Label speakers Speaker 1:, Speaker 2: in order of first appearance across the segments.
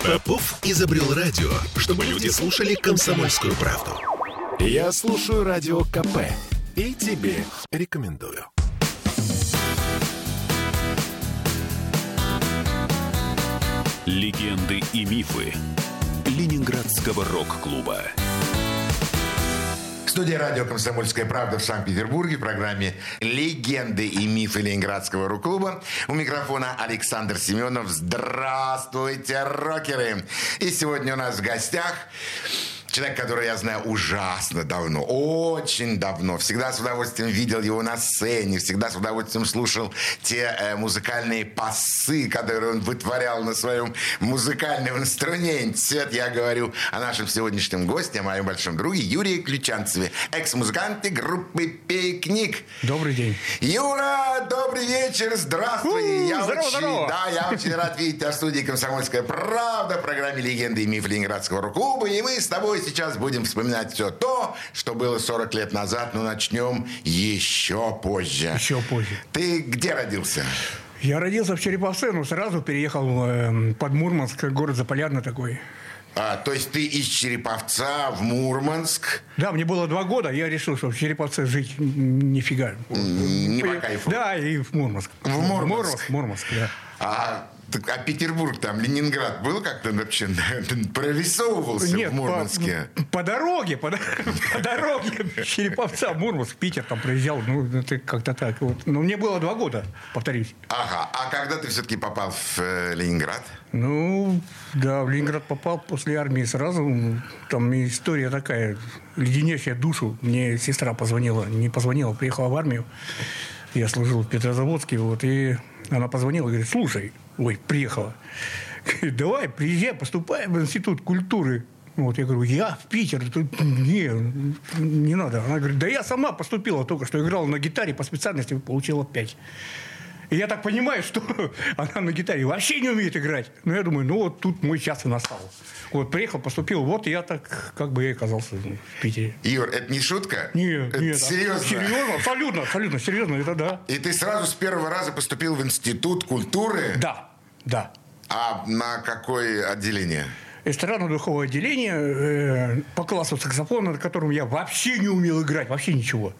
Speaker 1: Попов изобрел радио, чтобы люди слушали «Комсомольскую правду». Я слушаю Радио КП и тебе рекомендую. Легенды и мифы Ленинградского рок-клуба.
Speaker 2: Студия радио «Комсомольская правда» в Санкт-Петербурге в программе «Легенды и мифы Ленинградского рок-клуба». У микрофона Александр Семенов. Здравствуйте, рокеры! И сегодня у нас в гостях человек, которого я знаю ужасно давно, очень давно. Всегда с удовольствием видел его на сцене, всегда с удовольствием слушал те музыкальные пассы, которые он вытворял на своем музыкальном инструменте. Это я говорю о нашем сегодняшнем госте, о моем большом друге Юрии Ключанцеве, экс-музыканте группы «Пикник».
Speaker 3: Добрый день.
Speaker 2: Юра, добрый вечер, здравствуй.
Speaker 3: Здорово.
Speaker 2: Да, я очень рад видеть тебя в студии «Комсомольская правда» в программе «Легенды и мифы Ленинградского рок-клуба». И мы с тобой сейчас будем вспоминать все то, что было 40 лет назад, но начнем еще позже.
Speaker 3: Еще позже.
Speaker 2: Ты где родился?
Speaker 3: Я родился в Череповце, но сразу переехал под Мурманск, город Заполярный такой.
Speaker 2: То есть ты из Череповца в Мурманск?
Speaker 3: Да, мне было 2 года, я решил, что в Череповце жить нифига.
Speaker 2: Не по кайфу.
Speaker 3: Да, и в Мурманск.
Speaker 2: В Мурманск?
Speaker 3: Мурманск, да.
Speaker 2: А Петербург, там, Ленинград был как-то вообще прорисовывался? Нет, в Мурманске?
Speaker 3: По дороге Череповца, Мурманск, Питер там проезжал, ну, это как-то так. Вот. Но мне было 2 года, повторюсь.
Speaker 2: Ага, а когда ты все-таки попал в Ленинград?
Speaker 3: Ну, да, в Ленинград попал после армии сразу. Там история такая, леденящая душу. Мне сестра позвонила, не позвонила, приехала в армию. Я служил в Петрозаводске, вот, и она позвонила и говорит: слушай, приехала. Говорит: давай, приезжай, поступай в институт культуры. Вот, я говорю: я в Питер? Не надо. Она говорит: да я сама поступила только что, играла на гитаре по специальности, получила 5. И я так понимаю, что она на гитаре вообще не умеет играть. Но я думаю, ну вот тут мой час и настал. Вот приехал, поступил, вот я так, как бы я оказался в Питере.
Speaker 2: Юр, это не шутка?
Speaker 3: Нет.
Speaker 2: Серьезно?
Speaker 3: Серьезно, абсолютно серьезно, это да.
Speaker 2: И ты сразу с первого раза поступил в институт культуры?
Speaker 3: Да.
Speaker 2: А на какое отделение?
Speaker 3: Эстрадно-духовое отделение по классу саксофона, на котором я вообще не умел играть, вообще ничего.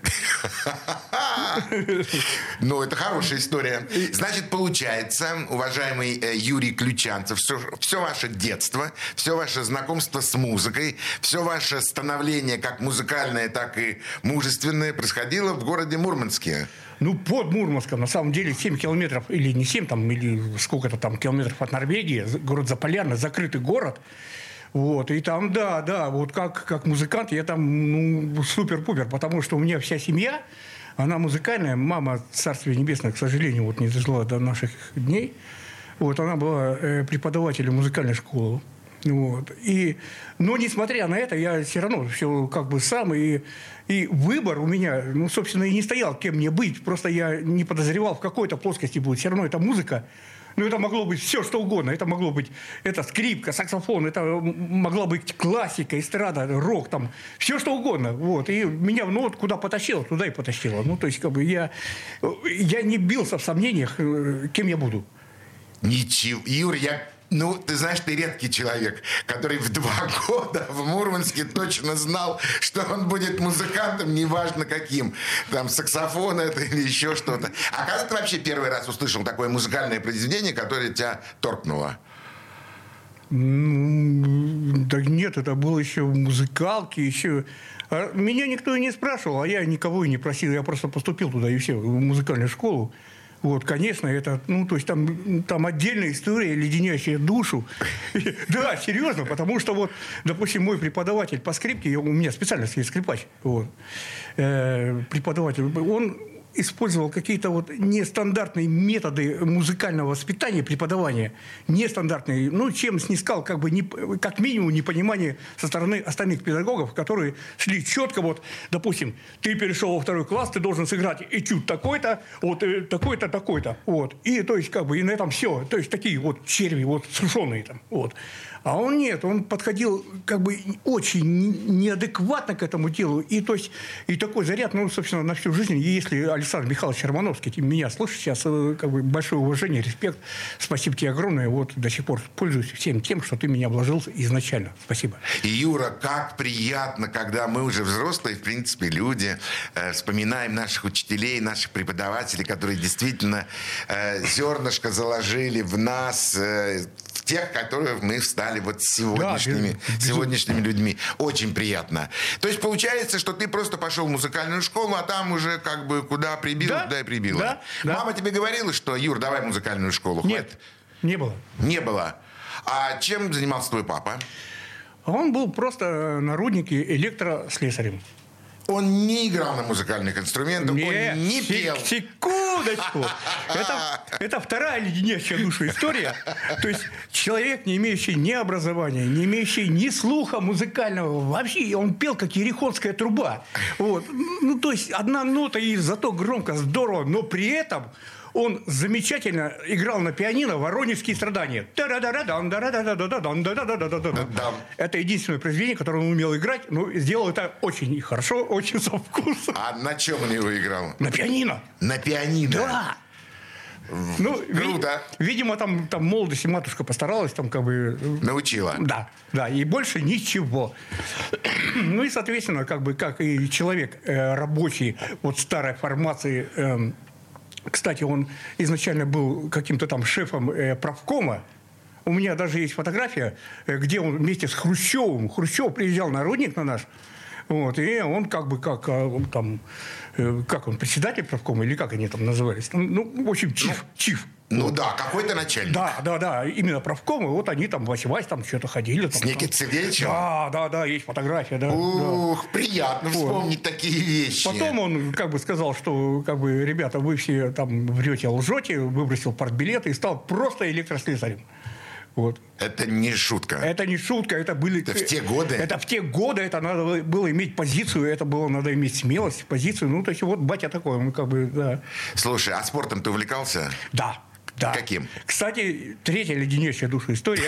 Speaker 2: Ну, это хорошая история. Значит, получается, уважаемый Юрий Ключанцев, все ваше детство, все ваше знакомство с музыкой, все ваше становление как музыкальное, так и мужественное происходило в городе Мурманске.
Speaker 3: Ну, под Мурманском, на самом деле, 7 километров, или не 7, там, или сколько-то там километров от Норвегии, город Заполярный, закрытый город. Вот, и там, да, вот как музыкант я там, супер-пупер, потому что у меня вся семья, она музыкальная, мама, царствие небесное, к сожалению, вот не дожила до наших дней, вот, она была преподавателем музыкальной школы. Вот. Но, несмотря на это, я все равно все как бы сам, и выбор у меня, собственно, и не стоял, кем мне быть, просто я не подозревал, в какой-то плоскости будет. Все равно это музыка, это могло быть все, что угодно. Это могло быть скрипка, саксофон, это могла быть классика, эстрада, рок, там, все, что угодно. Вот. И меня, куда потащило, туда и потащило. То есть, как бы я не бился в сомнениях, кем я буду.
Speaker 2: Ничего. Юр, ты знаешь, ты редкий человек, который в 2 года в Мурманске точно знал, что он будет музыкантом, неважно каким. Там саксофон это или еще что-то. А когда ты вообще первый раз услышал такое музыкальное произведение, которое тебя торкнуло?
Speaker 3: Да нет, это было еще в музыкалке, еще... Меня никто и не спрашивал, а я никого и не просил. Я просто поступил туда и все, в музыкальную школу. Вот, конечно, это, то есть там отдельная история, леденящая душу. Да, серьезно, потому что допустим, мой преподаватель по скрипке, у меня специальность есть скрипач, преподаватель, он использовал какие-то нестандартные методы музыкального воспитания, преподавания, нестандартные, чем снискал как минимум непонимание со стороны остальных педагогов, которые шли четко, допустим, ты перешел во 2 класс, ты должен сыграть этюд такой-то, такой-то, такой-то, и то есть и на этом все, то есть такие черви, сушеные там, А он нет, он подходил очень неадекватно к этому делу, и такой заряд, собственно, на всю жизнь, если Александр Михайлович Романовский, ты меня слушаешь сейчас, как бы большое уважение, респект. Спасибо тебе огромное. Вот до сих пор пользуюсь всем тем, что ты меня обложил изначально. Спасибо.
Speaker 2: И, Юра, как приятно, когда мы уже взрослые, в принципе, люди, вспоминаем наших учителей, наших преподавателей, которые действительно зернышко заложили в нас, в тех, которых мы стали вот сегодняшними людьми. Очень приятно. То есть получается, что ты просто пошел в музыкальную школу, а там уже как бы куда прибило, туда и прибило.
Speaker 3: Да.
Speaker 2: Мама тебе говорила, что, Юр, давай в музыкальную школу?
Speaker 3: Нет, не было.
Speaker 2: Не было. А чем занимался твой папа?
Speaker 3: Он был просто на руднике электрослесарем.
Speaker 2: Он не играл на музыкальных инструментах,
Speaker 3: Нет,
Speaker 2: он не пел.
Speaker 3: Секундочку. Это вторая леденящая душу история. То есть человек, не имеющий ни образования, не имеющий ни слуха музыкального, вообще он пел, как ерехонская труба. Вот. Ну, то есть одна нота и зато громко, здорово, но при этом он замечательно играл на пианино «Воронежские страдания». Это единственное произведение, которое он умел играть, но сделал это очень хорошо, очень со вкусом.
Speaker 2: А на чем он его играл?
Speaker 3: На пианино.
Speaker 2: На пианино?
Speaker 3: Да. Ну,
Speaker 2: круто.
Speaker 3: Видимо, там молодость и матушка постаралась, там как бы...
Speaker 2: Научила.
Speaker 3: Да, и больше ничего. Ну и, соответственно, как бы, как и человек рабочий, вот старой формации... Кстати, он изначально был каким-то там шефом правкома. У меня даже есть фотография, где он вместе с Хрущевым. Хрущев приезжал на рудник на наш. Вот, и он как бы, как он председатель правкома, или как они там назывались? Ну, в общем, чиф.
Speaker 2: Ну да, какой-то начальник.
Speaker 3: Да, именно правком, и вот они там, Вась там что-то ходили. Там,
Speaker 2: с Никитой Сергеевичем?
Speaker 3: Да, есть фотография, да.
Speaker 2: Ух, приятно вспомнить такие вещи.
Speaker 3: Потом он как бы сказал, что как бы, ребята, вы все там врете, лжете, выбросил партбилеты и стал просто электрослесарем. Вот.
Speaker 2: Это не шутка.
Speaker 3: Это не шутка, это были...
Speaker 2: Это в те годы?
Speaker 3: Это в те годы, это надо было иметь позицию, это было надо иметь смелость, позицию. Ну, то есть вот батя такой, он как бы, да.
Speaker 2: Слушай, а спортом ты увлекался?
Speaker 3: Да.
Speaker 2: Каким?
Speaker 3: Кстати, третья леденящая душу история.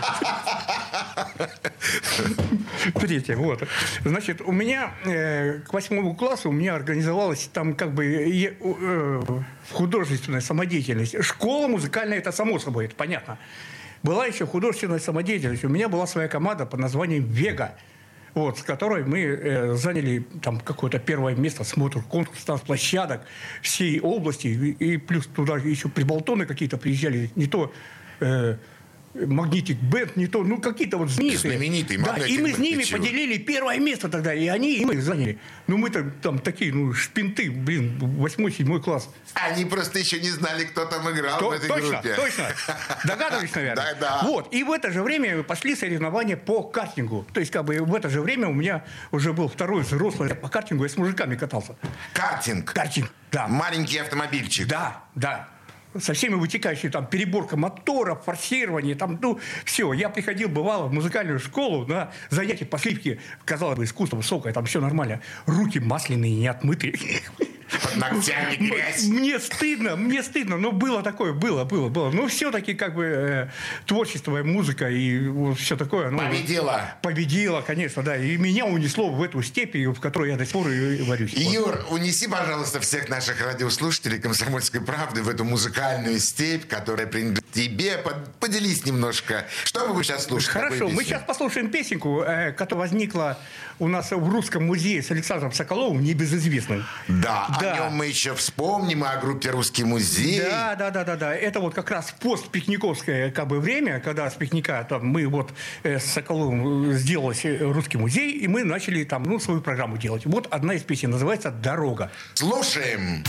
Speaker 3: Третья, вот. Значит, у меня к 8 классу у меня организовалась там как бы художественная самодеятельность. Школа музыкальная, это само собой, это понятно. Была еще художественная самодеятельность. У меня была своя команда под названием «Вега», вот, с которой мы заняли там какое-то первое место, смотр, конкурс, танцплощадок всей области. И плюс туда еще прибалтоны какие-то приезжали, не то... Магнитик Бенд, не то, ну какие-то вот
Speaker 2: знаменитые.
Speaker 3: Да, и мы с ними поделили первое место тогда, и они, и мы заняли. Ну мы-то там такие, шпинты, 8-7 класс.
Speaker 2: Они просто еще не знали, кто там играл в этой группе. Точно.
Speaker 3: Догадывались, наверное.
Speaker 2: Да.
Speaker 3: Вот, и в это же время пошли соревнования по картингу. То есть, как бы в это же время у меня уже был второй взрослый по картингу, я с мужиками катался.
Speaker 2: Картинг,
Speaker 3: да.
Speaker 2: Маленький автомобильчик.
Speaker 3: Да. Со всеми вытекающими, там, переборка мотора, форсирование, там, все. Я приходил, бывало, в музыкальную школу на занятия по слипке. Казалось бы, искусство высокое, там все нормально. Руки масляные, не отмытые.
Speaker 2: Под ногтями грязь.
Speaker 3: Мне стыдно, но было такое, было. Но все-таки, как бы, творчество, музыка и вот все такое. Победила, конечно, да. И меня унесло в эту степь, в которой я до сих пор и варюсь.
Speaker 2: Юр, унеси, пожалуйста, всех наших радиослушателей «Комсомольской правды» в эту музыкальную степь, которая принадлежит тебе. Поделись немножко. Что вы сейчас слушаете?
Speaker 3: Хорошо, мы сейчас послушаем песенку, которая возникла у нас в Русском музее с Александром Соколовым, небезызвестным.
Speaker 2: Да, о нем мы еще вспомним, о группе «Русский музей».
Speaker 3: Да. Это вот как раз постпикниковское как бы время, когда с пикника там, мы вот с Соколовым сделали «Русский музей», и мы начали там свою программу делать. Вот одна из песен называется «Дорога».
Speaker 2: Слушаем.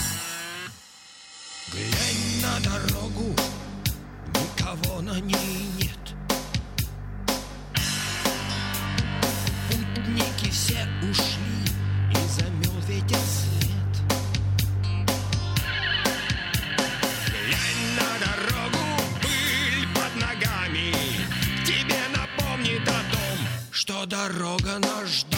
Speaker 4: Глянь на дорогу, никого на ней нет. Путники все ушли, и замел ветер след. Глянь на дорогу, пыль под ногами, тебе напомнит о том, что дорога наш дом.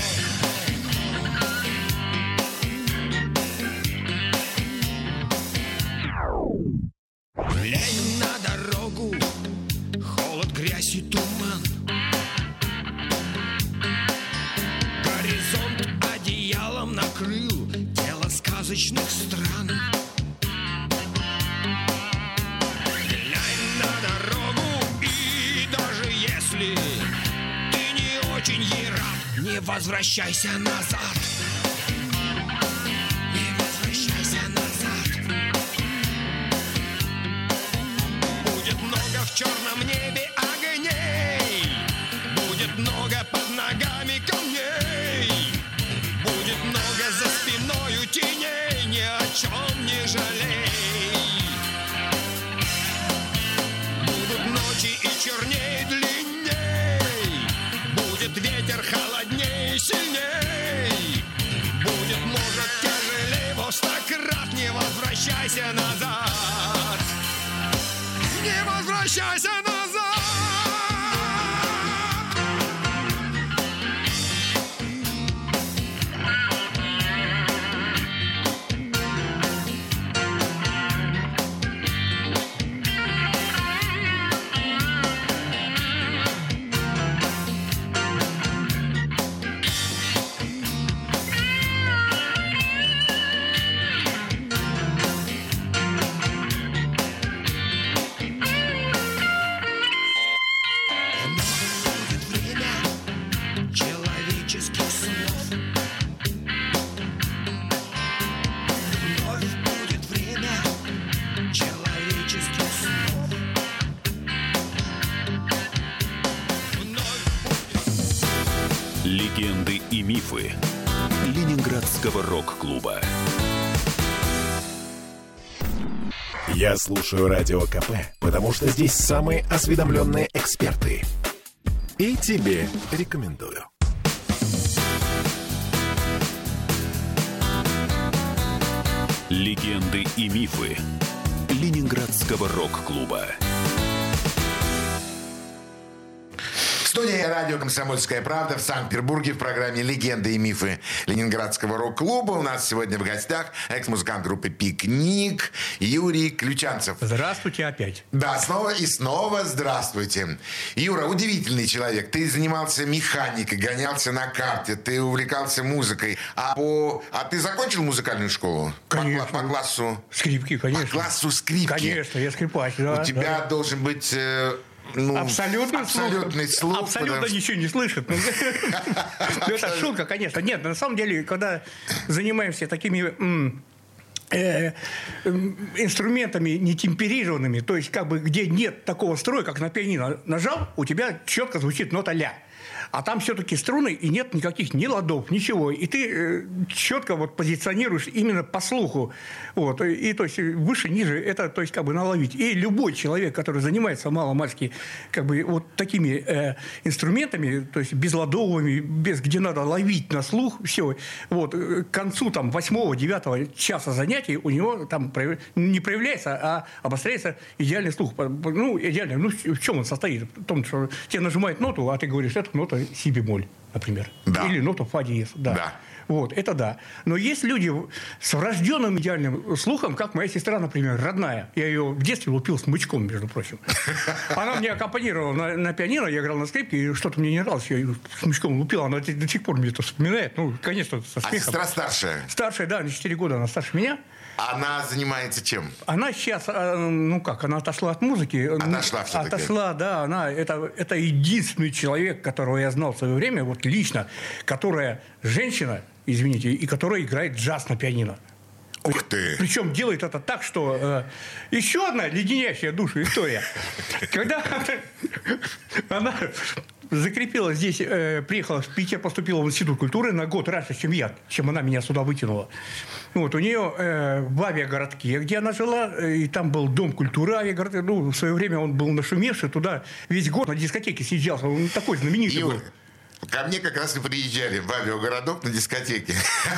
Speaker 4: Глянь на дорогу, холод, грязь и туман. Горизонт одеялом накрыл тело сказочных стран. Не возвращайся назад. Не возвращайся назад. Будет много в черном небе огней. Будет много под ногами камней. Будет много за спиною теней. Ни о чем не жалей. Будут ночи и черней, длинней. Будет ветер холодней и сильней. Будет, может, тяжелей во 100 крат. Не возвращайся назад. Не возвращайся назад.
Speaker 1: Легенды и мифы Ленинградского рок-клуба. Я слушаю Радио КП, потому что здесь самые осведомленные эксперты. И тебе рекомендую. Легенды и мифы Ленинградского рок-клуба.
Speaker 2: Студия радио «Комсомольская правда» в Санкт-Петербурге в программе «Легенды и мифы Ленинградского рок-клуба». У нас сегодня в гостях экс-музыкант группы «Пикник» Юрий Ключанцев.
Speaker 3: Здравствуйте опять.
Speaker 2: Да, снова и снова здравствуйте. Юра, удивительный человек. Ты занимался механикой, гонялся на карте, ты увлекался музыкой. А ты закончил музыкальную школу?
Speaker 3: Конечно.
Speaker 2: По классу?
Speaker 3: Скрипки, конечно.
Speaker 2: По классу скрипки?
Speaker 3: Конечно, я скрипач, да.
Speaker 2: У тебя должен быть... абсолютный слух.
Speaker 3: Абсолютно ничего не слышит. Это шутка, конечно. Нет, на самом деле, когда занимаемся такими инструментами нетемперированными, то есть как бы где нет такого строя, как на пианино, нажал, у тебя четко звучит нота ля. А там все-таки струны, и нет никаких ни ладов, ничего. И ты четко вот позиционируешь именно по слуху. Вот. И то есть выше, ниже, это то есть как бы наловить. И любой человек, который занимается мало-мальски как бы вот такими инструментами, то есть безладовыми, без, где надо ловить на слух, все. Вот. К концу там 8-9 часа занятий у него там не проявляется, а обостряется идеальный слух. Ну, идеальный. Ну, в чем он состоит? В том, что тебе нажимают ноту, а ты говоришь, это нота си бемоль, например.
Speaker 2: Да.
Speaker 3: Или нота фа диез. Да.
Speaker 2: Да.
Speaker 3: Вот, это да. Но есть люди с врожденным идеальным слухом, как моя сестра, например, родная. Я ее в детстве лупил смычком, между прочим. Она мне аккомпанировала на пианино, я играл на скрипке, и что-то мне не нравилось, я ее смычком лупил, она до сих пор мне это вспоминает. Ну, конечно, со смехом. А
Speaker 2: сестра старшая?
Speaker 3: Старшая, да, на 4 года она старше меня.
Speaker 2: Она занимается чем?
Speaker 3: Она сейчас, ну как, она отошла от музыки.
Speaker 2: Отошла все-таки?
Speaker 3: Отошла, да. Это единственный человек, которого я знал в свое время, вот лично, которая женщина, извините, и которая играет джаз на пианино.
Speaker 2: Ух ты!
Speaker 3: Причем делает это так, что... еще одна леденящая душу история. Когда она закрепилась здесь, приехала в Питер, поступила в Институт культуры на год раньше, чем она меня сюда вытянула. Вот, у нее в авиагородке, где она жила, и там был дом культуры авиагородка. Ну, в свое время он был нашумевший, туда весь год на дискотеке съезжался. Он такой знаменитый был.
Speaker 2: Ко мне как раз и приезжали в авиагородок на дискотеке.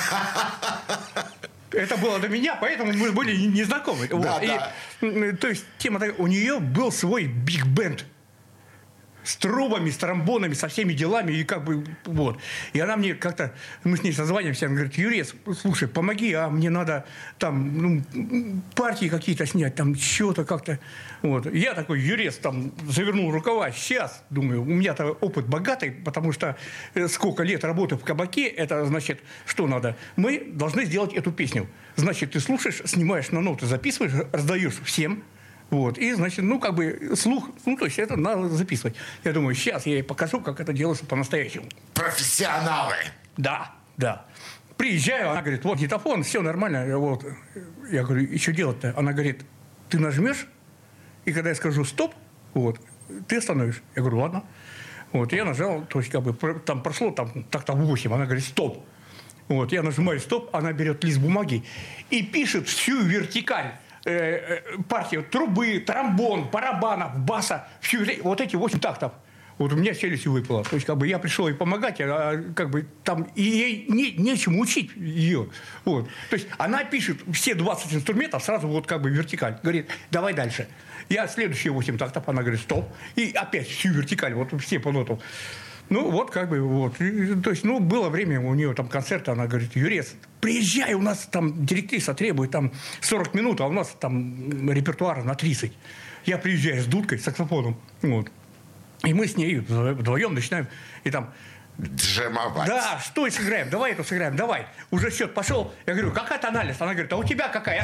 Speaker 3: Это было до меня, поэтому мы были незнакомы.
Speaker 2: Да,
Speaker 3: вот.
Speaker 2: да.
Speaker 3: То есть тема такая, у нее был свой биг-бенд с трубами, с тромбонами, со всеми делами, и как бы, вот. И она мне как-то, мы с ней созваниваемся, она говорит, Юрец, слушай, помоги, а мне надо там, партии какие-то снять, там, что-то как-то, вот. Я такой, Юрец, там, завернул рукава, сейчас, думаю, у меня-то опыт богатый, потому что сколько лет работы в кабаке, это значит, что надо? Мы должны сделать эту песню. Значит, ты слушаешь, снимаешь на ноты, записываешь, раздаешь всем, Вот. И, значит, ну, как бы слух, ну, то есть это надо записывать. Я думаю, сейчас я ей покажу, как это делается по-настоящему.
Speaker 2: Профессионалы.
Speaker 3: Да, да. Приезжаю, она говорит, вот диктофон, все нормально. Вот. Я говорю, и что делать-то? Она говорит, ты нажмешь, и когда я скажу стоп, вот, ты остановишь. Я говорю, ладно. Вот, я нажал, то есть как бы там прошло там, так-то 8, она говорит, стоп. Вот, я нажимаю стоп, она берет лист бумаги и пишет всю вертикаль. Партию трубы, тромбон, барабанов, баса, вот эти 8 тактов. Вот у меня челюсть выпала. То есть, как бы я пришел ей помогать, а как бы там и ей нечему учить ее. Вот. То есть она пишет все 20 инструментов сразу вот как бы вертикаль. Говорит, давай дальше. Я следующие 8 тактов, она говорит, стоп. И опять всю вертикаль, вот все по нотам. Ну, вот как бы, вот. И, то есть, ну, было время у нее там концерта, она говорит, Юрец, приезжай, у нас там директриса требует там 40 минут, а у нас там репертуара на 30. Я приезжаю с дудкой, с саксофоном, вот. И мы с ней вдвоем начинаем, и там...
Speaker 2: Джемовать.
Speaker 3: Да, что и сыграем, давай это сыграем, давай. Уже счет пошел. Я говорю, какая тональность? Она говорит, а у тебя какая?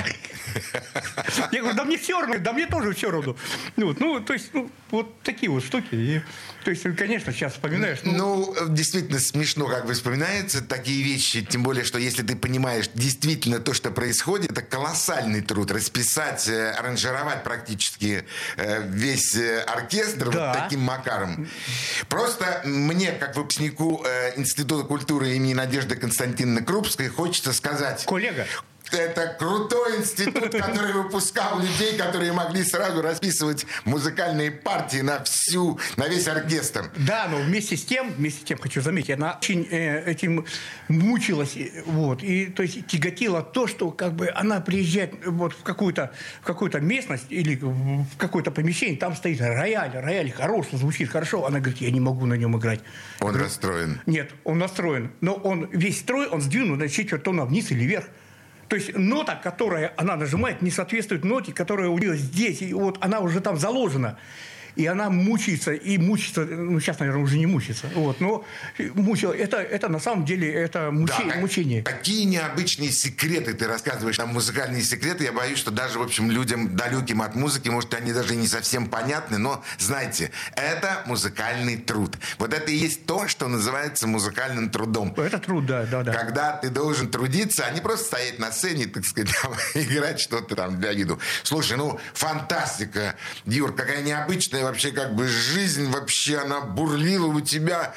Speaker 3: Я говорю, да мне все равно, да мне тоже все равно. Ну, то есть, ну, вот такие вот штуки. И, то есть, конечно, сейчас вспоминаешь.
Speaker 2: Ну, действительно смешно, как бы вспоминаются такие вещи, тем более, что если ты понимаешь действительно то, что происходит, это колоссальный труд. Расписать, аранжировать практически весь оркестр
Speaker 3: да.
Speaker 2: вот таким макаром. Просто мне, как выпускнику Института культуры имени Надежды Константиновны Крупской, хочется сказать...
Speaker 3: Коллега.
Speaker 2: Это крутой институт, который выпускал людей, которые могли сразу расписывать музыкальные партии на весь оркестр.
Speaker 3: Да, но вместе с тем, хочу заметить, она очень этим мучилась, вот, и то есть тяготила то, что как бы она приезжает вот в какую-то местность или в какое-то помещение, там стоит рояль хороший, звучит хорошо, она говорит, я не могу на нем играть.
Speaker 2: Он расстроен?
Speaker 3: Нет, он настроен, но он весь строй, он сдвинут на четверть тона вниз или вверх. То есть нота, которая она нажимает, не соответствует ноте, которая у нее здесь. И вот она уже там заложена. И она мучается, ну, сейчас, наверное, уже не мучается. Вот, но мучила. Это на самом деле это мучение.
Speaker 2: Какие необычные секреты ты рассказываешь, там музыкальные секреты. Я боюсь, что даже, в общем, людям, далеким от музыки, может, они даже не совсем понятны, но, знаете, это музыкальный труд. Вот это и есть то, что называется музыкальным трудом.
Speaker 3: Это труд, да.
Speaker 2: Когда ты должен трудиться, а не просто стоять на сцене, так сказать, там, играть что-то там для виду. Слушай, ну, фантастика, Юр, какая необычная вообще как бы жизнь, вообще она бурлила у тебя.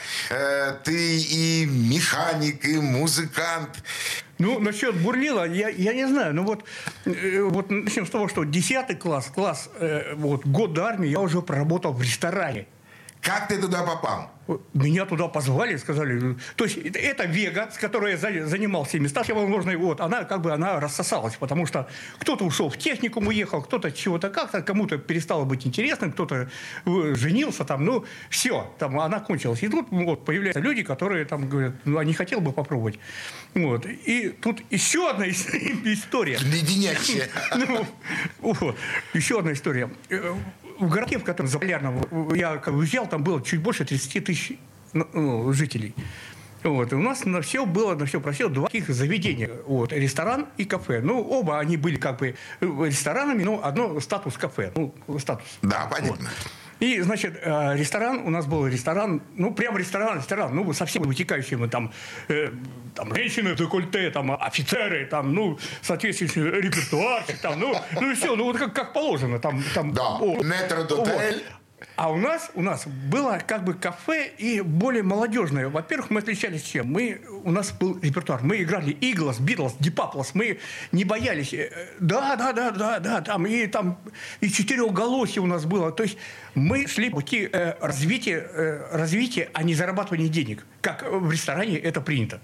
Speaker 2: Ты и механик, и музыкант.
Speaker 3: Ну, насчет бурлила, я не знаю. Ну, вот начнем с того, что 10 класс, вот, год до армии я уже проработал в ресторане.
Speaker 2: Как ты туда попал?
Speaker 3: Меня туда позвали, сказали. То есть это Вега, с которой я занимал все места, возможно, вот, она рассосалась, потому что кто-то ушел в техникум, уехал, кто-то чего-то как-то, кому-то перестало быть интересным, кто-то женился, там, ну, все, там, она кончилась. И тут вот, появляются люди, которые там говорят, ну, а не хотел бы попробовать. Вот. И тут еще одна история.
Speaker 2: Леденящая.
Speaker 3: Еще одна история. В городке, в котором Заполярном я уезжал, там было чуть больше 30 тысяч жителей. Вот. И у нас на все просило 2 таких заведения. Вот. Ресторан и кафе. Ну, оба они были как бы ресторанами, но одно статус кафе. Ну, статус.
Speaker 2: Да, понятно. Вот.
Speaker 3: И, значит, ресторан, у нас был ресторан, ну, прям ресторан, ну, со всеми вытекающими, там женщины в декольте, там, офицеры, там, ну, соответствующий репертуарчик, там, ну, и все, ну, вот как положено, там.
Speaker 2: Да, метрдотель.
Speaker 3: А у нас было как бы кафе и более молодежное. Во-первых, мы отличались чем? У нас был репертуар. Мы играли Иглас, Битлз, Дипаплас. Мы не боялись. Да. Там и четырехголосие у нас было. То есть мы шли по пути развития, а не зарабатывания денег. Как в ресторане это принято.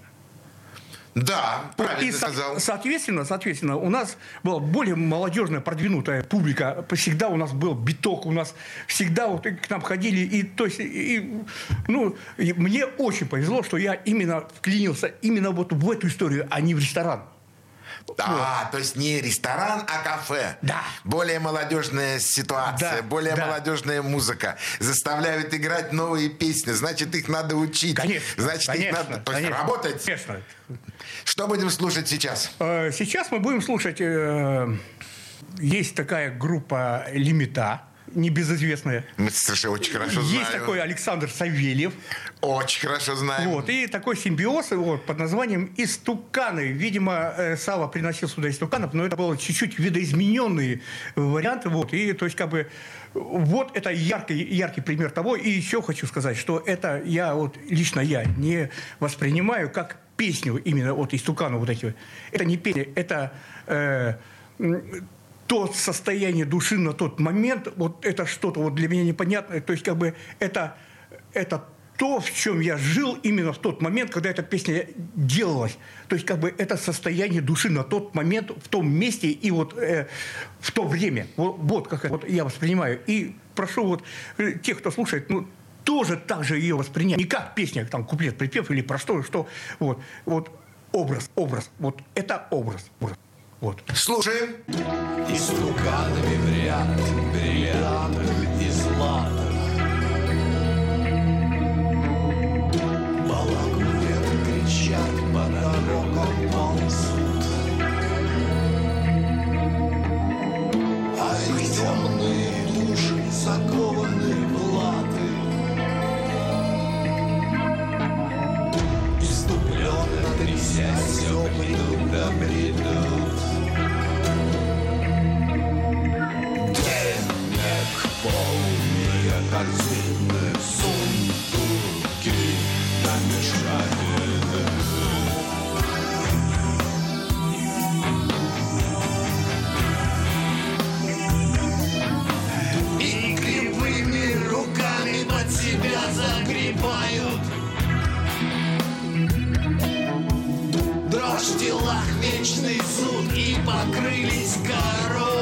Speaker 2: Да, правильно ты сказал.
Speaker 3: Соответственно, у нас была более молодежная, продвинутая публика. Всегда у нас был биток, у нас всегда вот к нам ходили. И мне очень повезло, что я именно вклинился именно вот в эту историю, а не в ресторан.
Speaker 2: Да, вот. То есть не ресторан, а кафе.
Speaker 3: Да.
Speaker 2: Более молодежная ситуация, более молодежная музыка. Заставляют играть новые песни. Значит, их надо учить.
Speaker 3: Конечно.
Speaker 2: Их надо работать.
Speaker 3: Конечно.
Speaker 2: Что будем слушать сейчас?
Speaker 3: Сейчас мы будем слушать есть такая группа «Лимита», небезызвестная.
Speaker 2: Мы совершенно очень хорошо знаем.
Speaker 3: Есть такой Александр Савельев.
Speaker 2: Очень хорошо знаем.
Speaker 3: Вот, и такой симбиоз под названием «Истуканы». Видимо, Сава приносил сюда истуканов, но это было чуть-чуть видоизмененные варианты. Вот, и то есть вот это яркий пример того. И еще хочу сказать, что это лично я не воспринимаю как песню именно истуканов вот эти. Это не песня, это то состояние души на тот момент, вот это что-то для меня непонятное. То есть это то, в чем я жил именно в тот момент, когда эта песня делалась. То есть это состояние души на тот момент, в том месте и в то время. Вот как я воспринимаю. И прошу тех, кто слушает, тоже так же ее воспринять. Не как песня, там куплет, припев или про что. Образ. Вот это образ. Вот.
Speaker 2: Слушаем.
Speaker 5: Истуканами в ряд, бриллиантов и златых. Балакуют, кричат, по дорогам ползут. А их темные души закованы в латы. Иступленно трясясь, все придут да придут. Полные корзины, сундуки, намешательны. И кривыми руками под себя загребают. Дрожь в телах, вечный суд, и покрылись корой.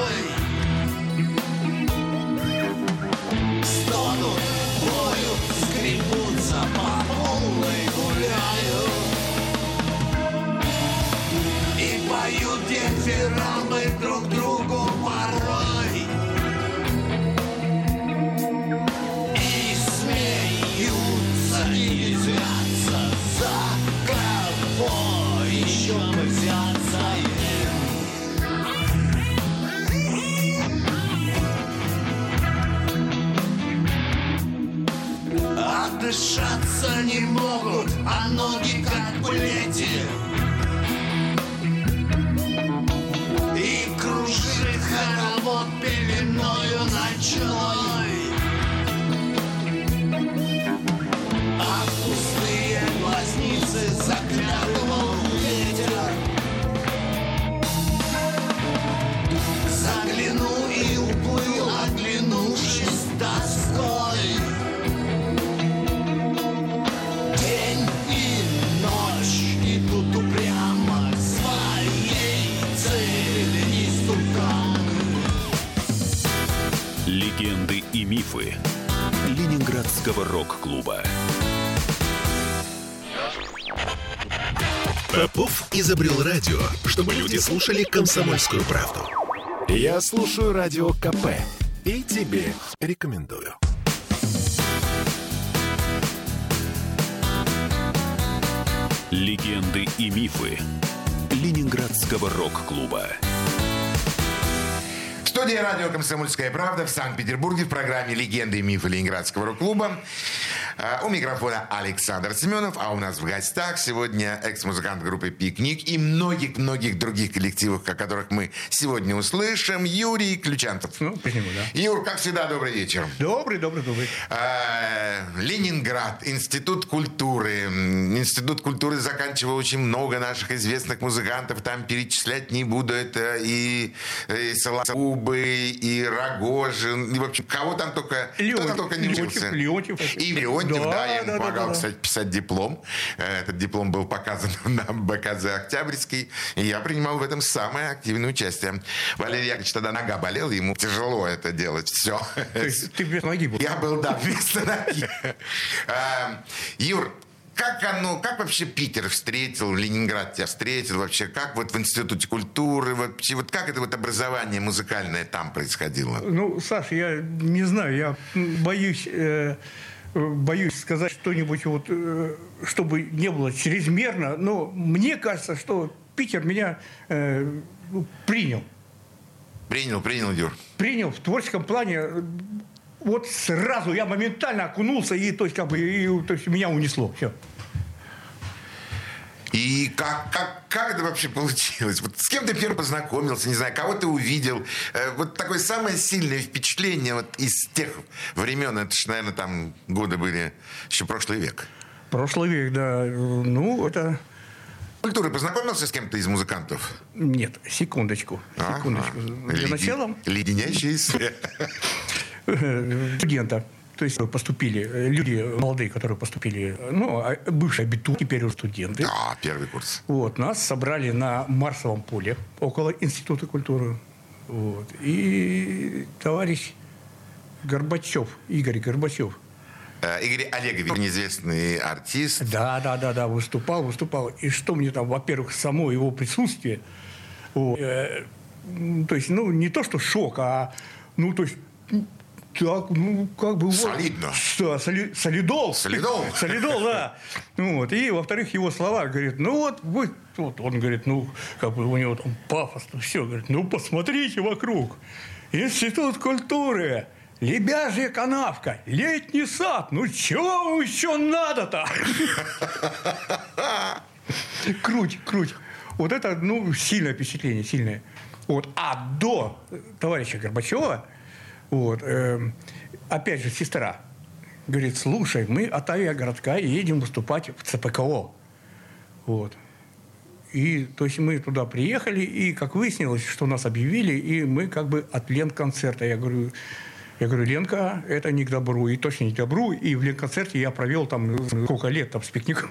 Speaker 5: Скребутся по полной, гуляют и поют дифирамбы друг другу порой. И смеются, и резвятся, за кого еще бы взяться им. Дышаться не могут, а ноги как плети. И кружит хоровод пеленою ночной. А пустые глазницы заглядывал ветер. Заглянул и уплыл, оглянувшись с тоской.
Speaker 1: Легенды и мифы Ленинградского рок-клуба. Попов изобрел радио, чтобы люди слушали «Комсомольскую правду». Я слушаю радио КП и тебе рекомендую. Легенды и мифы Ленинградского рок-клуба.
Speaker 2: Студия радио «Комсомольская правда» в Санкт-Петербурге в программе «Легенды и мифы Ленинградского рок-клуба». У микрофона Александр Семенов, а у нас в гостях сегодня экс-музыкант группы «Пикник» и многих-многих других коллективов, о которых мы сегодня услышим, Юрий Ключантов.
Speaker 3: Почему, да.
Speaker 2: Юр, как всегда, добрый вечер.
Speaker 3: Добрый.
Speaker 2: Ленинград, Институт культуры. Институт культуры заканчивал очень много наших известных музыкантов. Там перечислять не буду. Это и Солоубы, и Рогожин, и, в общем, кого там только не учился.
Speaker 3: Леонтьев.
Speaker 2: И Леонтьев, я ему помогал, кстати, писать диплом. Этот диплом был показан на БКЗ «Октябрьский», и я принимал в этом самое активное участие. Валерий Яковлевич тогда нога болела, ему тяжело это делать. Все.
Speaker 3: То есть ты вместо ноги был?
Speaker 2: Я был, да, вместо ноги. Юр, как вообще Питер встретил, Ленинград тебя встретил вообще? Как в Институте культуры, вообще, как это образование музыкальное там происходило?
Speaker 3: Саш, я не знаю, я боюсь сказать что-нибудь, чтобы не было чрезмерно, но мне кажется, что Питер меня принял.
Speaker 2: Принял, Юр.
Speaker 3: Принял в творческом плане. Вот сразу я моментально окунулся, и, то есть, как бы, то есть, меня унесло. Все.
Speaker 2: И как это вообще получилось? Вот с кем ты первый познакомился, не знаю, кого ты увидел? Вот такое самое сильное впечатление вот из тех времен, это же, наверное, там годы были еще прошлый век.
Speaker 3: Прошлый век, да. Ну, это...
Speaker 2: Культурой познакомился с кем-то из музыкантов?
Speaker 3: Нет, секундочку. Для начала...
Speaker 2: Леденящий свет.
Speaker 3: Студента. То есть поступили люди молодые, которые поступили, ну, бывшие абитуриенты, теперь уже студенты.
Speaker 2: Да, первый курс.
Speaker 3: Вот, нас собрали на Марсовом поле около Института культуры. Вот. И товарищ Горбачев, Игорь Горбачев.
Speaker 2: Игорь Олегович, неизвестный артист.
Speaker 3: Да, выступал. И что мне там, во-первых, само его присутствие, вот, то есть, ну, не то, что шок, а, ну, то есть, так, ну, как бы...
Speaker 2: Солидно.
Speaker 3: Да, солидол, да. Вот. И, во-вторых, его слова, говорит, ну, вот он говорит, ну, как бы у него там пафос, все, говорит, ну, посмотрите вокруг. Институт культуры, Лебяжья канавка, летний сад, ну, чего вам еще надо-то? Круть. Вот это, ну, сильное впечатление, сильное. Вот. А до товарища Горбачева, вот, опять же, сестра говорит, слушай, мы от авиагородка едем выступать в ЦПКО. Вот. И, то есть, мы туда приехали, и, как выяснилось, что нас объявили, и мы как бы от Ленконцерта. Я говорю, Ленка, это не к добру, и точно не к добру. И в Ленконцерте я провел там сколько лет там с пикником.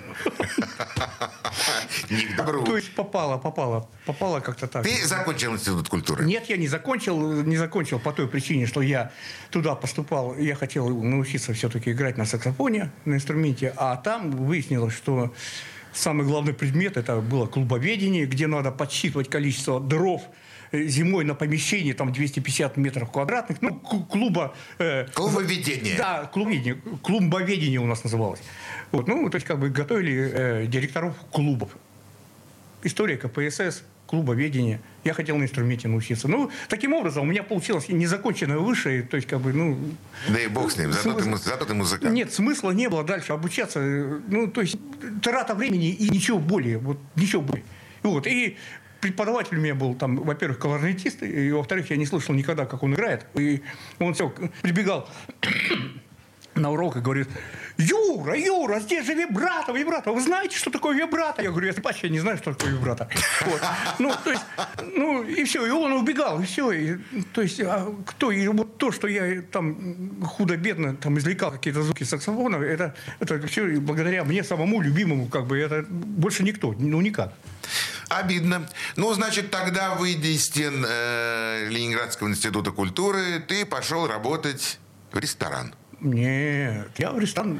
Speaker 2: Не к добру.
Speaker 3: То есть попало как-то так.
Speaker 2: Ты закончил Институт культуры?
Speaker 3: Нет, я не закончил по той причине, что я туда поступал, я хотел научиться все-таки играть на саксофоне, на инструменте, а там выяснилось, что самый главный предмет это было клубоведение, где надо подсчитывать количество дров зимой на помещении, там 250 метров квадратных, ну,
Speaker 2: клубоведение.
Speaker 3: Да, клубоведение у нас называлось. Вот, ну, то есть, как бы готовили директоров клубов. История КПСС, клубоведение. Я хотел на инструменте научиться. Ну, таким образом, у меня получилось незаконченное высшее, то есть, как бы, ну...
Speaker 2: Да и бог с ним, зато ты музыкант.
Speaker 3: Нет, смысла не было дальше обучаться. Ну, то есть, трата времени и ничего более. Вот, ничего более. Вот, и преподаватель у меня был, там, во-первых, кларнетист, и, во-вторых, я не слышал никогда, как он играет. И он все прибегал на урок и говорит, Юра, здесь же вибрато. Вы знаете, что такое вибрато? Я говорю, я не знаю, что такое вибрато. Вот. Ну, то есть, ну, и все, и он убегал, и все. И, то есть, и вот то, что я там худо-бедно там извлекал какие-то звуки саксофона, это все благодаря мне самому любимому, как бы, это больше никто, ну, никак.
Speaker 2: Обидно. Ну, значит, тогда, выйдя из стен Ленинградского института культуры, ты пошел работать в ресторан.
Speaker 3: Нет, я в ресторан...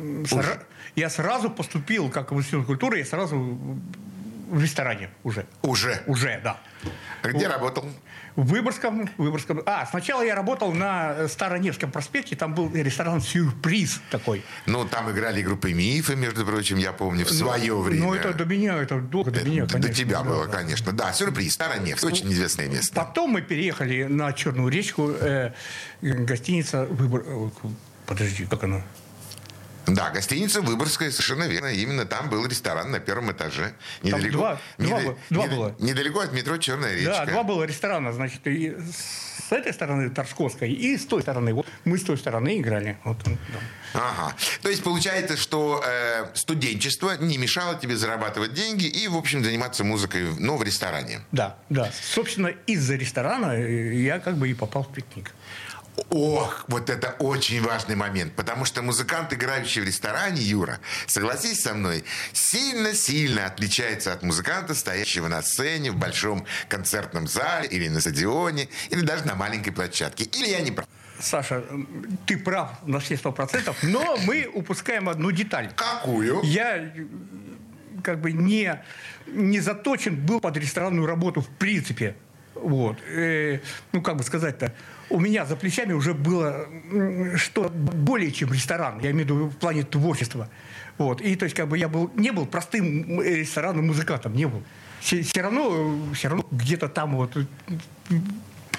Speaker 3: Я сразу поступил, как в институт культуры, я сразу в ресторане уже. Уже, да.
Speaker 2: А где работал?
Speaker 3: В Выборгском. Сначала я работал на Староневском проспекте, там был ресторан «Сюрприз» такой.
Speaker 2: Ну, там играли группы «Мифы», между прочим, я помню, в свое время.
Speaker 3: Ну, это до меня, это долго до меня, конечно.
Speaker 2: До тебя было, конечно. Да, «Сюрприз», Староневск, очень известное место.
Speaker 3: Потом мы переехали на Черную речку, гостиница Подожди, как она?
Speaker 2: Да, гостиница Выборгская, совершенно верно. Именно там был ресторан на первом этаже.
Speaker 3: Недалеко, два было.
Speaker 2: Недалеко от метро «Черная речка».
Speaker 3: Да, два было ресторана, значит, и с этой стороны Торжковской, и с той стороны. Вот мы с той стороны играли. Вот, да.
Speaker 2: Ага. То есть получается, что студенчество не мешало тебе зарабатывать деньги и, в общем, заниматься музыкой, но в ресторане.
Speaker 3: Да. Собственно, из-за ресторана я как бы и попал в пикник.
Speaker 2: Ох, вот это очень важный момент, потому что музыкант, играющий в ресторане, Юра, согласись со мной, сильно-сильно отличается от музыканта, стоящего на сцене в большом концертном зале или на стадионе, или даже на маленькой площадке. Или я не прав?
Speaker 3: Саша, ты прав на все 100%, но мы упускаем одну деталь.
Speaker 2: Какую?
Speaker 3: Я как бы не заточен был под ресторанную работу в принципе. Вот. Ну, как бы сказать-то, у меня за плечами уже было что более чем ресторан. Я имею в виду в плане творчества. Вот. И то есть, как бы я не был простым ресторанным музыкантом, не был. Все равно где-то там вот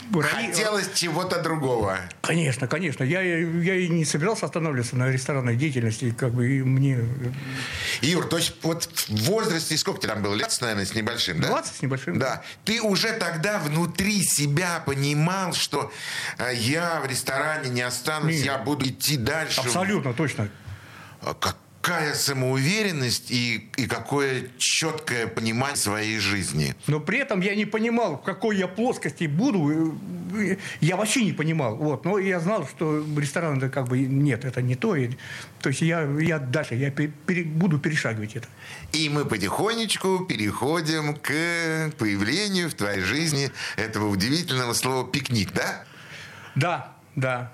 Speaker 2: Хотелось чего-то другого.
Speaker 3: Конечно, конечно. Я и не собирался останавливаться на ресторанной деятельности, как бы, и мне...
Speaker 2: Юр, то есть вот в возрасте, сколько тебе там было? Лет, наверное, с небольшим, да?
Speaker 3: 20 с небольшим.
Speaker 2: Да. Ты уже тогда внутри себя понимал, что я в ресторане не останусь, я буду идти дальше.
Speaker 3: Абсолютно, точно.
Speaker 2: Какая самоуверенность и какое четкое понимание своей жизни.
Speaker 3: Но при этом я не понимал, в какой я плоскости буду. Я вообще не понимал. Вот. Но я знал, что ресторан это как бы нет, это не то. То есть я дальше буду перешагивать это.
Speaker 2: И мы потихонечку переходим к появлению в твоей жизни этого удивительного слова «пикник», да?
Speaker 3: Да.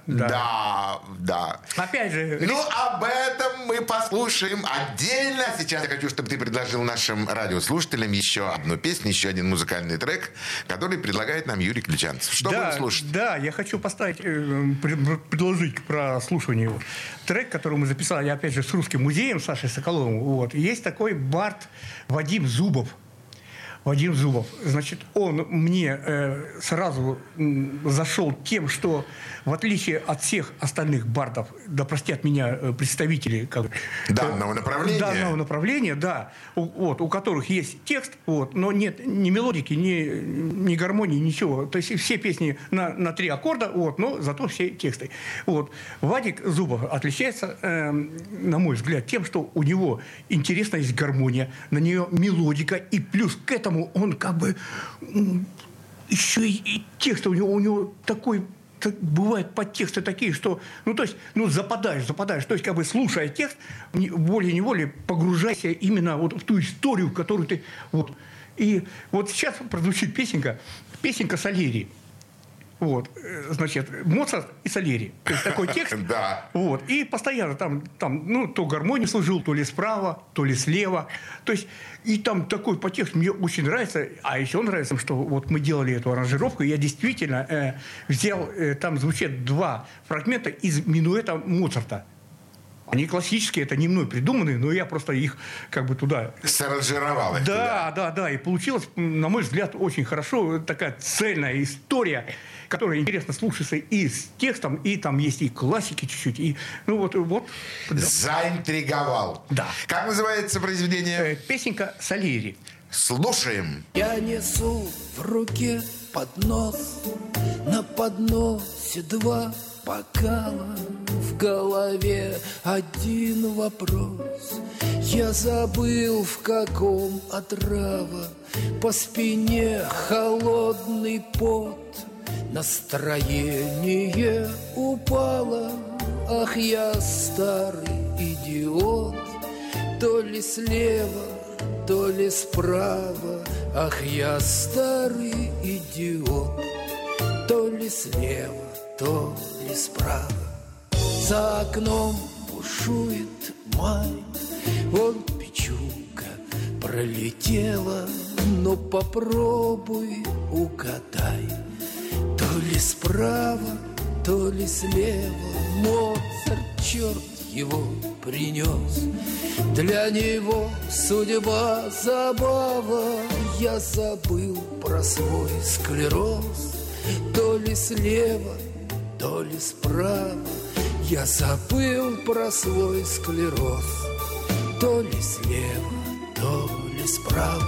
Speaker 3: Опять же...
Speaker 2: Ну, об этом мы послушаем отдельно. Сейчас я хочу, чтобы ты предложил нашим радиослушателям еще одну песню, еще один музыкальный трек, который предлагает нам Юрий Ключанцев. Что будем слушать?
Speaker 3: Да, я хочу предложить к прослушиванию трек, который мы записали, опять же, с Русским музеем, Сашей Соколовым. Вот. Есть такой бард Вадим Зубов. Значит, он мне сразу зашел тем, что в отличие от всех остальных бардов, да простят меня представители
Speaker 2: данного
Speaker 3: направления, да, у которых есть текст, но нет ни мелодики, ни гармонии, ничего. То есть все песни на 3 аккорда, но зато все тексты. Вадик Зубов отличается, на мой взгляд, тем, что у него интересная есть гармония, на нее мелодика, и плюс к этому он как бы еще и текст у него такой, бывают подтексты такие, что западаешь. То есть, как бы слушая текст, волей-неволей погружайся именно вот в ту историю, в которую ты... И вот сейчас прозвучит песенка Сальери. Значит, Моцарт и Сальери. То есть такой текст.
Speaker 2: Да.
Speaker 3: И постоянно там то гармонию служил, то ли справа, то ли слева. То есть, и там такой подтекст мне очень нравится. А еще нравится, что вот мы делали эту аранжировку, и я действительно взял, там звучат 2 фрагмента из минуэта Моцарта. Они классические, это не мной придуманные, но я просто их как бы туда...
Speaker 2: Саранжировал их
Speaker 3: туда. Да. И получилось, на мой взгляд, очень хорошо. Такая цельная история, которая интересно слушается и с текстом, и там есть и классики чуть-чуть. И, Да.
Speaker 2: Заинтриговал.
Speaker 3: Да.
Speaker 2: Как называется произведение?
Speaker 3: Песенка Сальери.
Speaker 2: Слушаем.
Speaker 5: Я несу в руке поднос, на подносе 2 бокала, в голове 1 вопрос. Я забыл, в каком отрава, по спине холодный пот. Настроение упало, ах, я старый идиот. То ли слева, то ли справа, ах, я старый идиот. То ли слева, то ли справа. За окном бушует май, вон печуга пролетела, но попробуй угадай. То ли справа, то ли слева Моцарт, черт его принес. Для него судьба забава. Я забыл про свой склероз. То ли слева, то ли справа, я забыл про свой склероз. То ли слева, то ли справа.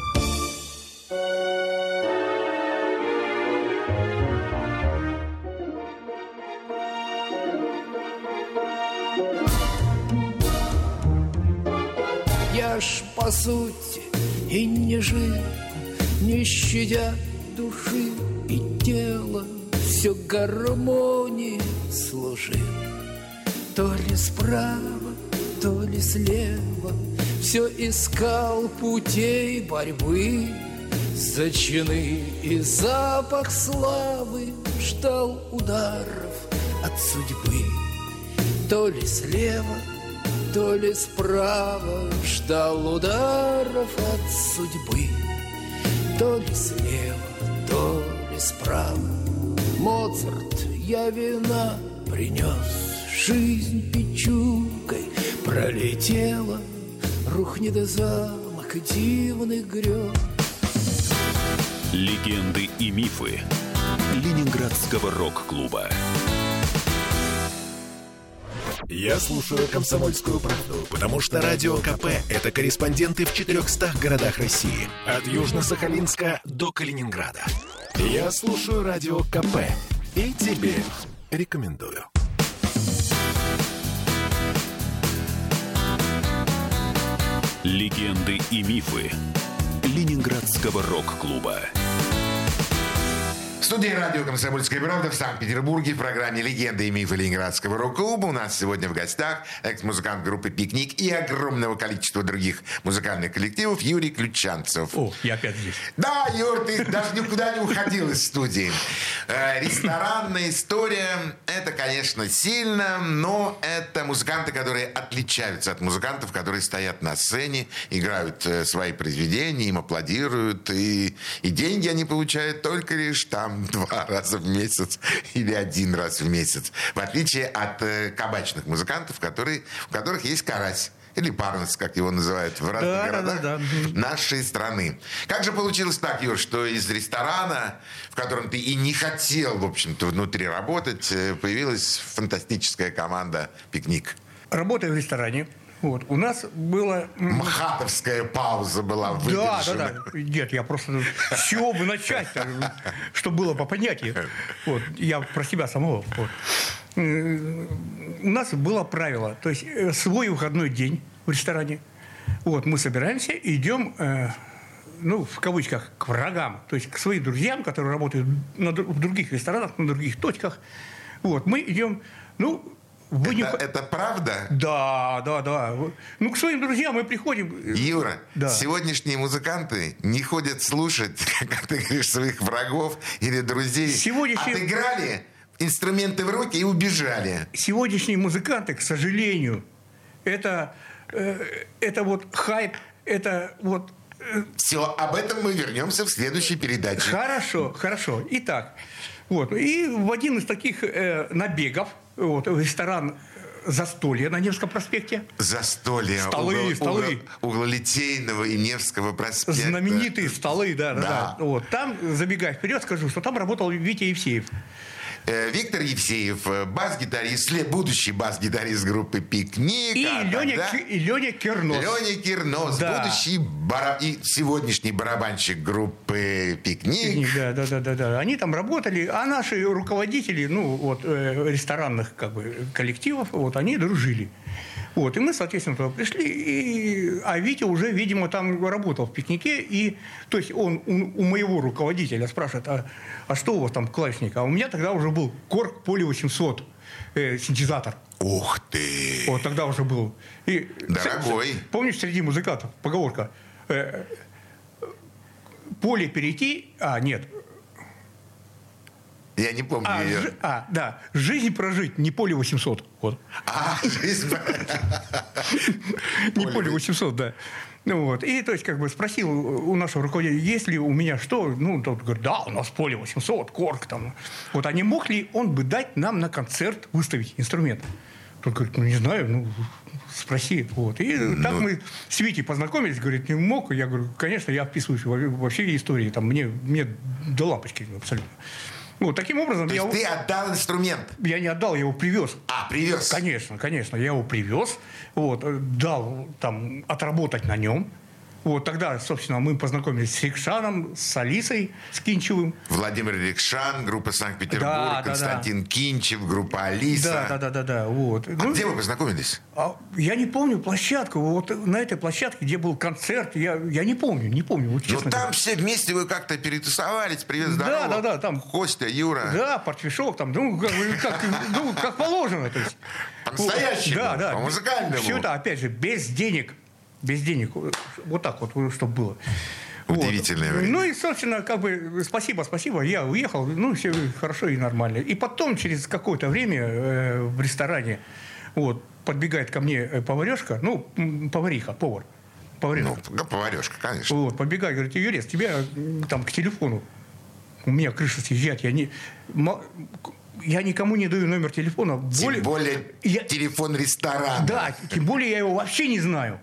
Speaker 5: Я ж по сути и не жил, не щадя души и тела, все гармонии служил. То ли справа, то ли слева, все искал путей борьбы. За чины и запах славы ждал ударов от судьбы. То ли слева, то ли справа ждал ударов от судьбы. То ли слева, то ли справа. Моцарт, я вина принес, жизнь печугой пролетела, рухнет замок дивных грез.
Speaker 1: Легенды и мифы Ленинградского рок-клуба. Я слушаю «Комсомольскую правду», потому что Радио КП – это корреспонденты в 400 городах России. От Южно-Сахалинска до Калининграда. Я слушаю Радио КП и тебе рекомендую. Легенды и мифы Ленинградского рок-клуба.
Speaker 2: В студии радио «Комсомольская правда» в Санкт-Петербурге в программе «Легенды и мифы Ленинградского рок-клуба» у нас сегодня в гостях экс-музыкант группы «Пикник» и огромного количества других музыкальных коллективов Юрий Ключанцев.
Speaker 3: О, я опять здесь.
Speaker 2: Да, Юр, ты даже никуда не уходил из студии. Ресторанная история – это, конечно, сильно, но это музыканты, которые отличаются от музыкантов, которые стоят на сцене, играют свои произведения, им аплодируют, и деньги они получают только лишь там 2 раза в месяц или 1 раз в месяц. В отличие от кабачных музыкантов, у которых есть карась. Или парнос, как его называют в разных городах нашей страны. Как же получилось так, Юр, что из ресторана, в котором ты и не хотел, в общем-то, внутри работать, появилась фантастическая команда «Пикник»?
Speaker 3: Работая в ресторане, вот, у нас было...
Speaker 2: Мхатовская пауза была выдержана.
Speaker 3: Да. Нет, я просто... С чего бы начать, чтобы было по понятию. Вот, я про себя самого. Вот. У нас было правило, то есть свой выходной день в ресторане. Вот, мы собираемся и идем, в кавычках, к врагам, то есть к своим друзьям, которые работают в других ресторанах, на других точках. Вот, мы идем,
Speaker 2: Это правда?
Speaker 3: Да. К своим друзьям мы приходим.
Speaker 2: Юра, сегодняшние музыканты не ходят слушать, как ты говоришь, своих врагов или друзей. Отыграли инструменты в руки и убежали.
Speaker 3: Сегодняшние музыканты, к сожалению, это вот хайп, это вот...
Speaker 2: Все, об этом мы вернемся в следующей передаче.
Speaker 3: Хорошо. Итак, вот, и в один из таких набегов, вот, ресторан «Застолье» на Невском проспекте.
Speaker 2: «Застолье».
Speaker 3: Столы.
Speaker 2: Угол Литейного и Невского проспекта.
Speaker 3: Знаменитые столы, да. Вот, там, забегая вперед, скажу, что там работал Витя Евсеев.
Speaker 2: Виктор Евсеев, бас-гитарист, будущий бас-гитарист группы «Пикник».
Speaker 3: И Леня Кирнос.
Speaker 2: Леня Кирнос, будущий и сегодняшний барабанщик группы «Пикник».
Speaker 3: Да. Они там работали, а наши руководители, ресторанных коллективов, вот, они дружили. Вот, и мы, соответственно, туда пришли, а Витя уже, видимо, там работал в «Пикнике», и, то есть, он у моего руководителя спрашивает, а что у вас там клавишник? А у меня тогда уже был Korg Poly 800 синтезатор.
Speaker 2: Ух ты!
Speaker 3: Вот тогда уже был. И,
Speaker 2: дорогой.
Speaker 3: Помнишь, среди музыкантов поговорка? Поле перейти... нет.
Speaker 2: Я не помню ее.
Speaker 3: Жизнь прожить, не Поле 800. Вот.
Speaker 2: Жизнь прожить.
Speaker 3: Не Поле 800, да. И, то есть, спросил у нашего руководителя, есть ли у меня что? Тот говорит, да, у нас Поле 800, Korg там. Вот, а не мог ли он бы дать нам на концерт выставить инструмент? Тот говорит, не знаю, спроси. Вот. И так мы с Витей познакомились, говорит, не мог. Я говорю, конечно, я вписываюсь во все истории, там, мне до лампочки абсолютно. Вот, таким образом...
Speaker 2: То есть ты отдал инструмент?
Speaker 3: Я не отдал, я его привез.
Speaker 2: Привез?
Speaker 3: Конечно, я его привез. Вот, дал там отработать на нем. Вот тогда, собственно, мы познакомились с Рикшаном, с Алисой, с Кинчевым.
Speaker 2: Владимир Рикшан, группа Санкт-Петербург, Константин Кинчев, группа Алиса.
Speaker 3: Да. Вот.
Speaker 2: Где вы познакомились?
Speaker 3: Я не помню площадку. Вот на этой площадке, где был концерт, я не помню, вот, честно.
Speaker 2: Там все вместе вы как-то перетусовались, привет, здорово.
Speaker 3: Да, там.
Speaker 2: Костя, Юра.
Speaker 3: Да, портфешок там, как положено. То есть.
Speaker 2: По-настоящему, по-музыкальному.
Speaker 3: Все это, опять же, без денег. Вот так вот, чтобы было.
Speaker 2: Удивительное время.
Speaker 3: И, собственно, спасибо, я уехал, все хорошо и нормально. И потом, через какое-то время в ресторане, подбегает ко мне поварешка, повариха, повар.
Speaker 2: Поварешка, конечно.
Speaker 3: Вот, подбегает, говорит, Юрец, тебя там к телефону, у меня крыша съезжает, я никому не даю номер телефона.
Speaker 2: Тем более телефон ресторана.
Speaker 3: Да, тем более я его вообще не знаю.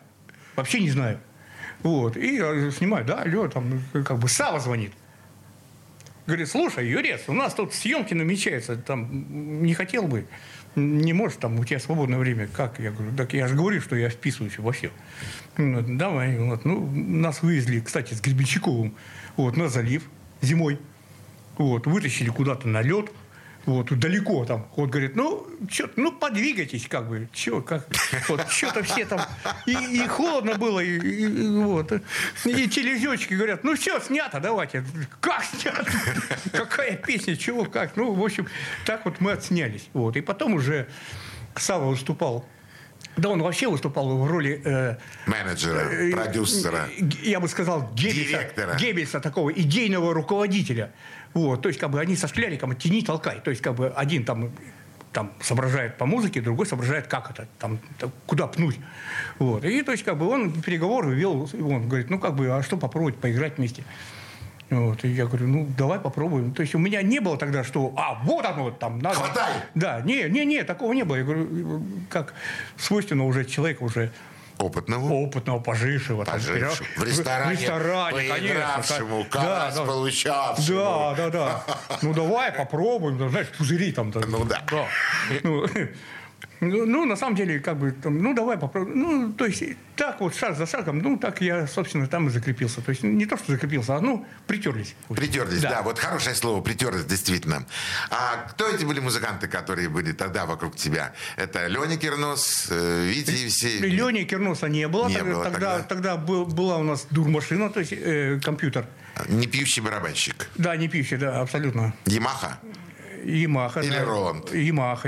Speaker 3: Вот. И я снимаю, алло, там, Сава звонит. Говорит, слушай, Юрец, у нас тут съемки намечаются, там, не хотел бы, не можешь, там, у тебя свободное время. Как? Я говорю, так я же говорю, что я вписываюсь во все. Давай, вот. Ну, нас вывезли, кстати, с Гребенщиковым, вот, на залив зимой, вот, вытащили куда-то на лед, вот, далеко там. Вот, говорит, ну, подвигайтесь, как бы, как, вот, что-то все там, и холодно было, и вот. И телевизионщики говорят, ну, все, снято, давайте. Как снято? Какая песня, чего, как? Ну, в общем, так вот мы отснялись. Вот, и потом уже Сава выступал. Да, он вообще выступал в роли...
Speaker 2: менеджера, продюсера.
Speaker 3: Я бы сказал,
Speaker 2: директора.
Speaker 3: Геббельса, такого идейного руководителя. Вот, то есть, как бы, они со скляриком «тяни, толкай». То есть, как бы, один там соображает по музыке, другой соображает, как это, там куда пнуть. Вот. И, то есть, как бы, он переговоры вел, он говорит, ну, как бы, а что попробовать поиграть вместе? Вот, и я говорю, ну, давай попробуем. То есть, у меня не было тогда, что, вот оно, там, надо...
Speaker 2: Хватай!
Speaker 3: Да, не, такого не было. Я говорю, как свойственно уже человека уже... Опытного, пожившего.
Speaker 2: В ресторане, поигравшему,
Speaker 3: конечно.
Speaker 2: получавшему.
Speaker 3: Да. Ну, давай попробуем. Знаешь, пузыри там.
Speaker 2: Ну, да.
Speaker 3: Ну, на самом деле, как бы, там, ну, давай попробуем. Ну, то есть, так вот, шаг за шагом, ну, так я, собственно, там и закрепился. То есть, не то, что закрепился, а, ну, притерлись.
Speaker 2: Притерлись, да. Вот хорошее слово, притерлись, действительно. А кто эти были музыканты, которые были тогда вокруг тебя? Это Леня Кирнос, Витя Евсеев?
Speaker 3: Лени Кирноса не было. Тогда была у нас дурмашина, то есть, компьютер.
Speaker 2: Не пьющий барабанщик?
Speaker 3: Да, не пьющий, да, абсолютно.
Speaker 2: Ямаха?
Speaker 3: Ямаха.
Speaker 2: Или
Speaker 3: да.
Speaker 2: Роланд?
Speaker 3: Ямаха.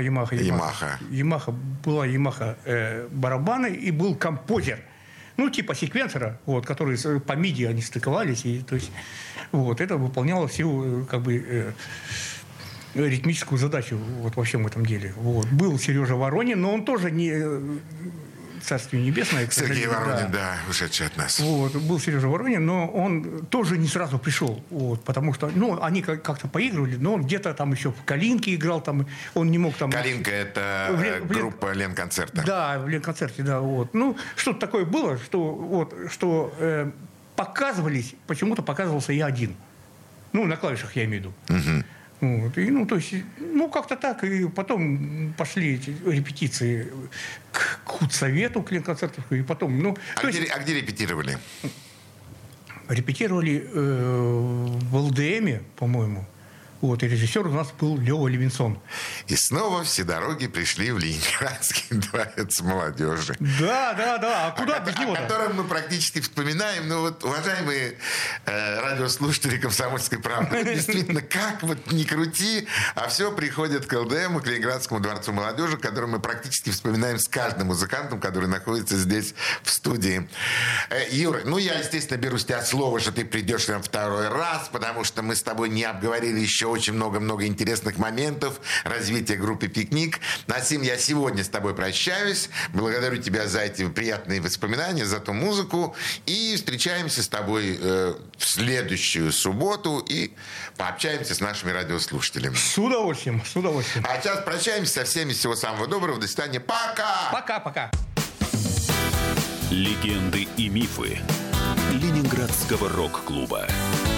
Speaker 3: Была Ямаха барабаны и был композер. Ну, типа секвенсора, вот, которые по MIDI они стыковались. И, то есть, вот, это выполняло всю, как бы, ритмическую задачу вот, во всем этом деле. Вот. Был Сережа Воронин, но он тоже не... Царствие небесное.
Speaker 2: Сергей Воронин, да, ушедший от нас.
Speaker 3: Вот, был Сережа Воронин, но он тоже не сразу пришел. Вот, потому что, ну, они как-то поигрывали, но он где-то там еще в Калинке играл, там, он не мог там...
Speaker 2: Калинка — это группа Ленконцерта.
Speaker 3: Да, в Ленконцерте, да, вот. Ну, что-то такое было, что показывались, почему-то показывался я один. Ну, на клавишах я имею в виду. Угу. Вот, и, ну, то есть, ну, как-то так. И потом пошли эти репетиции к худсовету, к Ленконцерту. И потом, ну...
Speaker 2: А где репетировали?
Speaker 3: Репетировали в ЛДМе, по-моему. Вот, и режиссер у нас был Лева Левинсон.
Speaker 2: И снова все дороги пришли в Ленинградский дворец молодежи.
Speaker 3: Да. А куда без него-то?
Speaker 2: О котором мы практически вспоминаем. Ну вот, уважаемые радиослушатели «Комсомольской правды», действительно, как вот ни крути, а все приходит к ЛДМу, к Ленинградскому дворцу молодежи, который мы практически вспоминаем с каждым музыкантом, который находится здесь в студии. Юра, ну я, естественно, беру с тебя слово, что ты придешь к нам второй раз, потому что мы с тобой не обговорили еще очень много-много интересных моментов развития группы «Пикник». Насим, я сегодня с тобой прощаюсь. Благодарю тебя за эти приятные воспоминания, за ту музыку. И встречаемся с тобой в следующую субботу и пообщаемся с нашими радиослушателями.
Speaker 3: С удовольствием.
Speaker 2: А сейчас прощаемся со всеми. Всего самого доброго. До свидания. Пока!
Speaker 3: Пока.
Speaker 1: Легенды и мифы Ленинградского рок-клуба.